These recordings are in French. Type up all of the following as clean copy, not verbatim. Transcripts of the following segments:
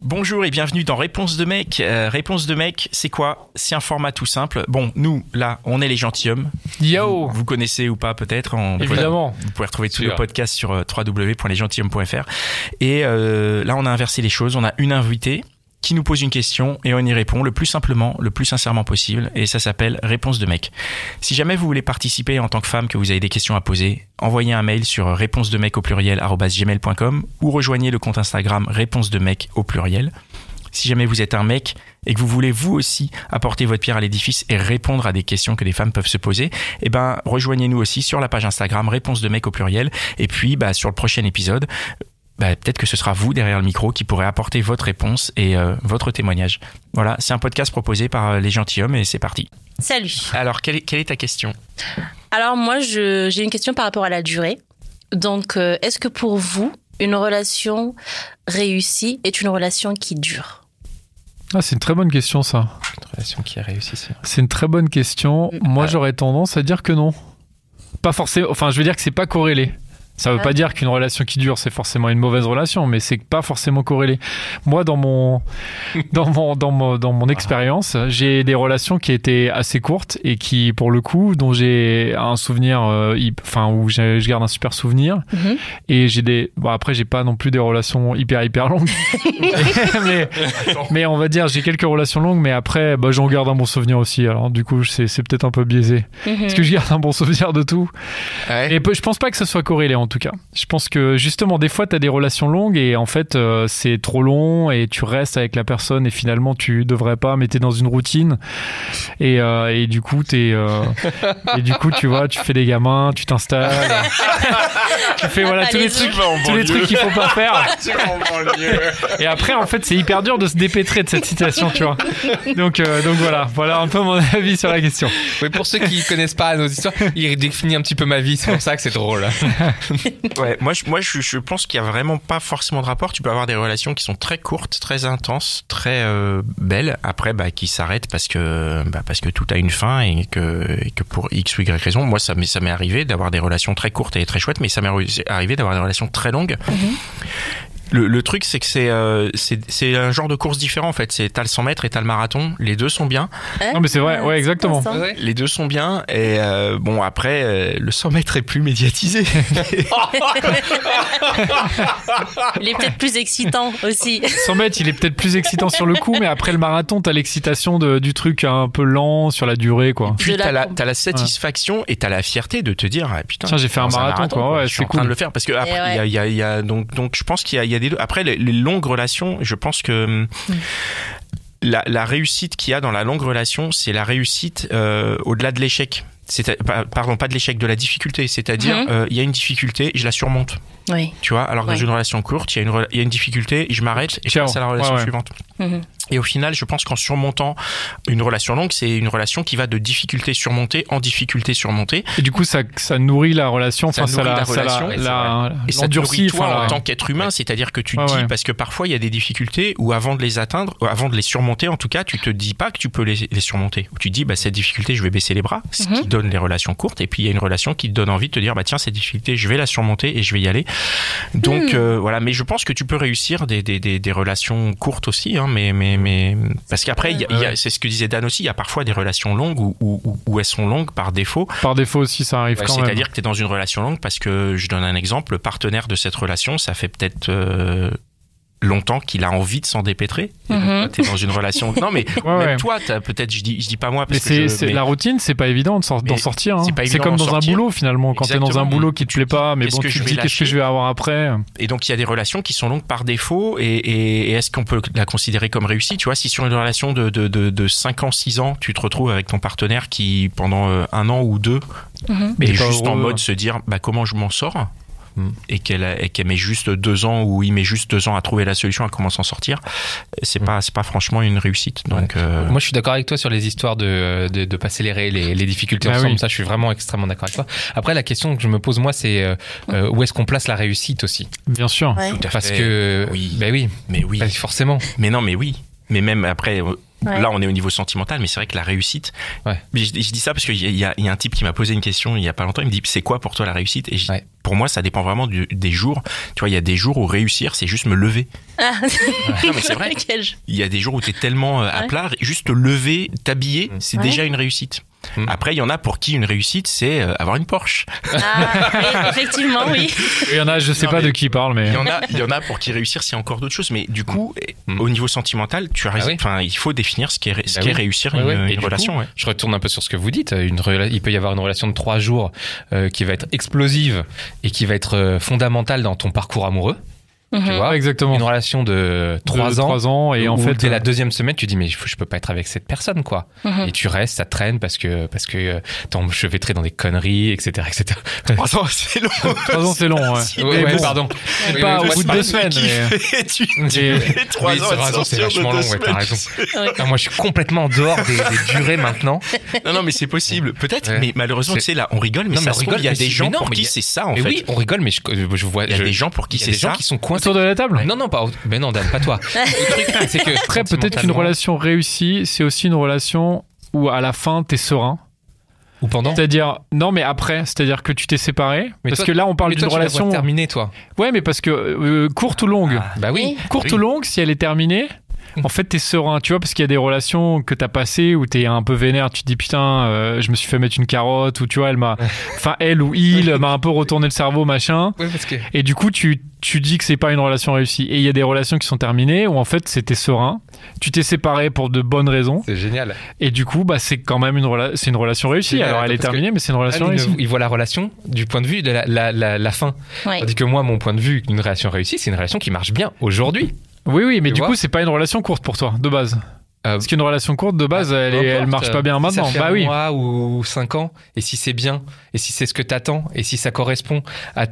Bonjour et bienvenue dans Réponse de mec. Réponse de mec, c'est quoi ? C'est un format tout simple. Bon, nous, là, on est les gentilshommes. Yo ! Vous connaissez ou pas peut-être. Évidemment. Vous pouvez retrouver tous les podcasts sur www.lesgentilhommes.fr. Et là, on a inversé les choses. On a une invitée qui nous pose une question et on y répond le plus simplement, le plus sincèrement possible. Et ça s'appelle Réponse de mec. Si jamais vous voulez participer en tant que femme, que vous avez des questions à poser, envoyez un mail sur réponsedemec@gmail.com ou rejoignez le compte Instagram Réponse de mec au pluriel. Si jamais vous êtes un mec et que vous voulez vous aussi apporter votre pierre à l'édifice et répondre à des questions que les femmes peuvent se poser, eh ben, rejoignez-nous aussi sur la page Instagram Réponse de mec au pluriel. Et puis, sur le prochain épisode, peut-être que ce sera vous derrière le micro qui pourrez apporter votre réponse et votre témoignage. Voilà, c'est un podcast proposé par les gentilshommes et c'est parti. Salut. Alors, quelle est ta question ? Alors moi, j'ai une question par rapport à la durée. Donc, est-ce que pour vous, une relation réussie est une relation qui dure ? Ah, c'est une très bonne question, ça. Une relation qui a réussi, c'est une très bonne question. Moi, j'aurais tendance à dire que non. Pas forcément. Enfin, je veux dire que c'est pas corrélé. Ça veut pas dire qu'une relation qui dure, c'est forcément une mauvaise relation, mais c'est pas forcément corrélé. Moi, dans mon expérience, j'ai des relations qui étaient assez courtes et qui, pour le coup, dont j'ai un souvenir, où je garde un super souvenir. Mm-hmm. Et j'ai après, j'ai pas non plus des relations hyper longues. mais on va dire, j'ai quelques relations longues, mais après, j'en garde un bon souvenir aussi. Alors, du coup, c'est peut-être un peu biaisé. Mm-hmm. Parce que je garde un bon souvenir de tout. Ouais. Et je pense pas que ça soit corrélé. En tout cas, je pense que justement des fois tu as des relations longues et en fait c'est trop long et tu restes avec la personne et finalement tu devrais pas, mais t'es dans une routine et du coup tu vois, tu fais des gamins, tu t'installes, tu fais tous les trucs qu'il faut pas faire. Et après en fait c'est hyper dur de se dépêtrer de cette situation, tu vois. Donc voilà un peu mon avis sur la question. Oui, pour ceux qui connaissent pas nos histoires, il définit un petit peu ma vie, c'est pour ça que c'est drôle. Ouais, moi je pense qu'il y a vraiment pas forcément de rapport. Tu peux avoir des relations qui sont très courtes, très intenses, très belles, après qui s'arrêtent parce que tout a une fin et que pour X ou Y raison. Moi ça m'est arrivé d'avoir des relations très courtes et très chouettes, mais ça m'est arrivé d'avoir des relations très longues. Mm-hmm. Le truc, c'est que c'est un genre de course différent en fait. T'as le 100 mètres et t'as le marathon. Les deux sont bien. Non mais c'est vrai, ouais exactement. Les deux sont bien et après le 100 mètres est plus médiatisé. Il est peut-être plus excitant aussi. 100 mètres, il est peut-être plus excitant sur le coup, mais après le marathon, t'as l'excitation du truc un peu lent sur la durée, quoi. Et puis t'as la satisfaction et t'as la fierté de te dire putain. Tiens, j'ai fait un marathon, quoi. Ouais, je suis en train de le faire parce que après il y a donc je pense qu'il y a des deux. Après les longues relations, je pense que la réussite qu'il y a dans la longue relation, c'est la réussite au-delà de l'échec. Pardon, pas de l'échec, de la difficulté. C'est-à-dire, il y a une difficulté, je la surmonte. Oui. Tu vois, alors que dans une relation courte, il y a une difficulté, je m'arrête et je passe à la relation suivante. Mm-hmm. Et au final, je pense qu'en surmontant une relation longue, c'est une relation qui va de difficulté surmontée en difficulté surmontée. Et du coup, ça nourrit la relation, ça nourrit la relation, et ça nourrit toi en tant qu'être humain, c'est-à-dire que tu te dis, parce que parfois il y a des difficultés où avant de les atteindre, avant de les surmonter, en tout cas, tu te dis pas que tu peux les surmonter. Ou tu te dis, cette difficulté, je vais baisser les bras, ce qui donne les relations courtes. Et puis il y a une relation qui te donne envie de te dire, tiens, cette difficulté, je vais la surmonter et je vais y aller. Donc voilà, mais je pense que tu peux réussir des relations courtes aussi, hein, mais parce qu'après c'est ce que disait Dan aussi, il y a parfois des relations longues où elles sont longues par défaut. Par défaut aussi, ça arrive quand même. C'est-à-dire que tu es dans une relation longue parce que, je donne un exemple, le partenaire de cette relation, ça fait peut-être longtemps qu'il a envie de s'en dépêtrer. Mm-hmm. T'es dans une relation. Non, mais même toi, peut-être, je dis pas moi. Parce mais la routine, c'est pas évident d'en sortir. Hein. C'est comme dans un boulot finalement. Quand t'es dans un boulot qui te plaît pas, mais bon, tu te dis qu'est-ce que je vais avoir après. Et donc, il y a des relations qui sont longues par défaut. Et est-ce qu'on peut la considérer comme réussie ? Tu vois, si sur une relation de 5 ans, 6 ans, tu te retrouves avec ton partenaire qui, pendant 1 an ou 2, est juste en mode se dire comment je m'en sors ? Et qu'elle met juste 2 ans ou il met juste 2 ans à trouver la solution à comment s'en sortir, c'est pas franchement une réussite. Donc moi je suis d'accord avec toi sur les histoires de pas accélérer les difficultés ensemble. Oui. Ça je suis vraiment extrêmement d'accord avec toi. Après la question que je me pose moi c'est où est-ce qu'on place la réussite aussi ? Bien sûr. Tout à fait. Parce que oui. Mais oui forcément. Mais non mais oui. Mais même après Là, on est au niveau sentimental, mais c'est vrai que la réussite. Je dis ça parce qu'il y a un type qui m'a posé une question il y a pas longtemps. Il me dit, c'est quoi pour toi la réussite? Et pour moi, ça dépend vraiment des jours. Tu vois, il y a des jours où réussir, c'est juste me lever. Non, mais c'est vrai. Il y a des jours où t'es tellement à plat, juste te lever, t'habiller, c'est déjà une réussite. Après, il y en a pour qui une réussite, c'est avoir une Porsche. Oui, effectivement, oui. Il y en a, je sais pas de qui il parle, mais il y en a pour qui réussir, c'est encore d'autres choses. Mais du coup, au niveau sentimental, tu as raison. Enfin, il faut définir ce qu'est réussir une relation. Coup, je retourne un peu sur ce que vous dites. Il peut y avoir une relation de 3 jours qui va être explosive et qui va être fondamentale dans ton parcours amoureux. Tu vois, exactement. Une relation de 3 ans et en fait dès la deuxième semaine tu dis mais je peux pas être avec cette personne quoi. Et tu restes, ça traîne parce que t'es enchevêtré dans des conneries, etc. 3 ans c'est long. 3 ans c'est long. Ouais, pardon. Pas au bout de 2 semaines. Tu 3 ans c'est vachement long. T'as raison. Moi je suis complètement en dehors des durées maintenant. Non mais c'est possible peut-être, mais malheureusement tu sais là on rigole, mais ça se trouve il y a des gens pour qui c'est ça en fait. Oui, on rigole, mais je vois. Il y a des gens pour qui c'est ça. Qui sont coincés autour de la table. Non, pas. Mais non, Dan, pas toi. Le truc, c'est que après, peut-être qu'une relation réussie, c'est aussi une relation où à la fin, t'es serein. Ou pendant. C'est-à-dire, non, mais après, c'est-à-dire que tu t'es séparé. Mais parce toi, que là, on parle d'une relation terminée, toi. Ouais, mais parce que courte ou longue. Bah oui. Courte ou longue, si elle est terminée. En fait, t'es serein, tu vois, parce qu'il y a des relations que t'as passées où t'es un peu vénère, tu te dis putain, je me suis fait mettre une carotte, ou tu vois, elle ou il m'a un peu retourné le cerveau, machin. Ouais, parce que... Et du coup, tu dis que c'est pas une relation réussie. Et il y a des relations qui sont terminées où en fait, c'était serein, tu t'es séparé pour de bonnes raisons. C'est génial. Et du coup, c'est quand même une relation réussie. Alors, elle est terminée, mais c'est une relation réussie. Il voit la relation du point de vue de la fin. Ouais. Tandis que moi, mon point de vue d'une relation réussie, c'est une relation qui marche bien aujourd'hui. Oui, mais du coup, c'est pas une relation courte pour toi, de base. Parce qu'une relation courte, de base, elle marche pas bien maintenant. Ça fait un mois ou 5 ans, et si c'est bien, et si c'est ce que t'attends, et si ça correspond à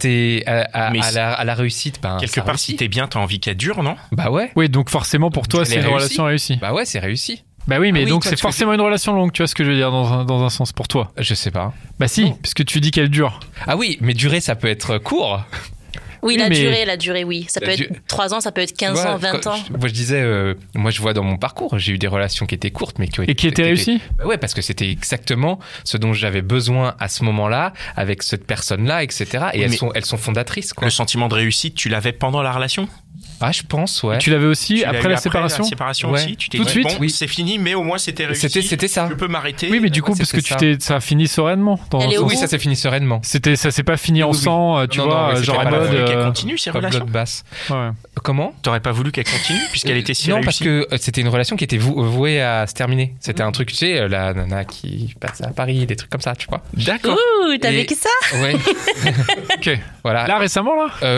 la réussite, quelque part, si t'es bien, t'as envie qu'elle dure, non? Bah ouais. Oui, donc forcément, pour toi, c'est une relation réussie. Bah ouais, c'est réussi. Bah oui, mais donc c'est forcément une relation longue, tu vois ce que je veux dire dans un sens pour toi? Je sais pas. Bah si, puisque tu dis qu'elle dure. Ah oui, mais durer, ça peut être court. Oui, la durée, oui. Ça peut être 3 ans, ça peut être 15 ans, 20 ans. Moi, je disais, moi, je vois dans mon parcours, j'ai eu des relations qui étaient courtes, mais qui étaient réussies. Bah ouais, parce que c'était exactement ce dont j'avais besoin à ce moment-là, avec cette personne-là, etc. Et elles sont fondatrices, quoi. Le sentiment de réussite, tu l'avais pendant la relation? Ah, je pense, ouais. Et tu l'avais aussi après la séparation? La séparation aussi. Tu t'es tout de suite. Bon, oui, c'est fini, mais au moins c'était réussi. C'était ça. Je peux m'arrêter. Oui, mais du coup, parce que ça a fini sereinement. Oui, ça s'est fini sereinement. Ça s'est pas fini en sang, tu vois, genre en mode. Qu'elle continue ces relations. Basse. Ouais. Comment? T'aurais pas voulu qu'elle continue puisqu'elle était si réussie? Non, parce que c'était une relation qui était vouée à se terminer. C'était un truc, tu sais, la nana qui passe à Paris, des trucs comme ça, tu vois. D'accord. Ouh, t'as vécu ça? Ouais. Ok. Voilà. Là, récemment, là?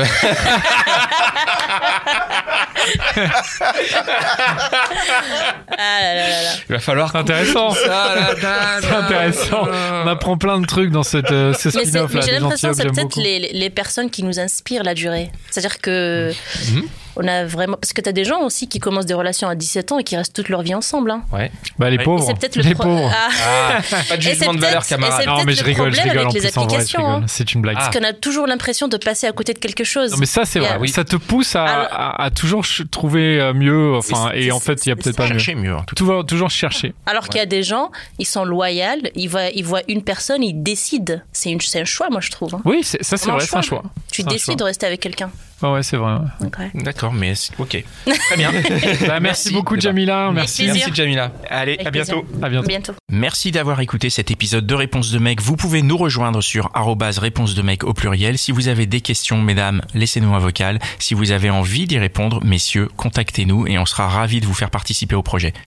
Il va falloir. C'est intéressant. C'est intéressant. On apprend plein de trucs dans ce spin-off là. Mais j'ai l'impression que c'est peut-être les personnes qui nous inspirent la durée. C'est-à-dire que on a vraiment, parce que t'as des gens aussi qui commencent des relations à 17 ans et qui restent toute leur vie ensemble. Hein. Ouais. Bah les pauvres. C'est peut-être les pauvres. Pas de jugement de valeur, camarade. Non, mais je rigole avec en les plus en vrai, je rigole. C'est une blague. Parce qu'on a toujours l'impression de passer à côté de quelque chose. Non, mais ça c'est vrai. Ça te pousse à toujours trouver mieux. Enfin, et en fait, il y a peut-être pas mieux. Chercher mieux. Toujours chercher. Alors qu'il y a des gens, ils sont loyaux. Ils voient une personne, ils décident. C'est un choix, moi je trouve. Oui, ça c'est vrai, c'est un choix. Tu décides de rester avec quelqu'un. Ouais, c'est vrai. Okay. D'accord, mais ok. Très bien. Merci beaucoup, Jamila. Merci, Jamila. Allez, à bientôt. À bientôt. Merci d'avoir écouté cet épisode de Réponse de Mec. Vous pouvez nous rejoindre sur @réponse de mec au pluriel. Si vous avez des questions, mesdames, laissez-nous un vocal. Si vous avez envie d'y répondre, messieurs, contactez-nous et on sera ravis de vous faire participer au projet.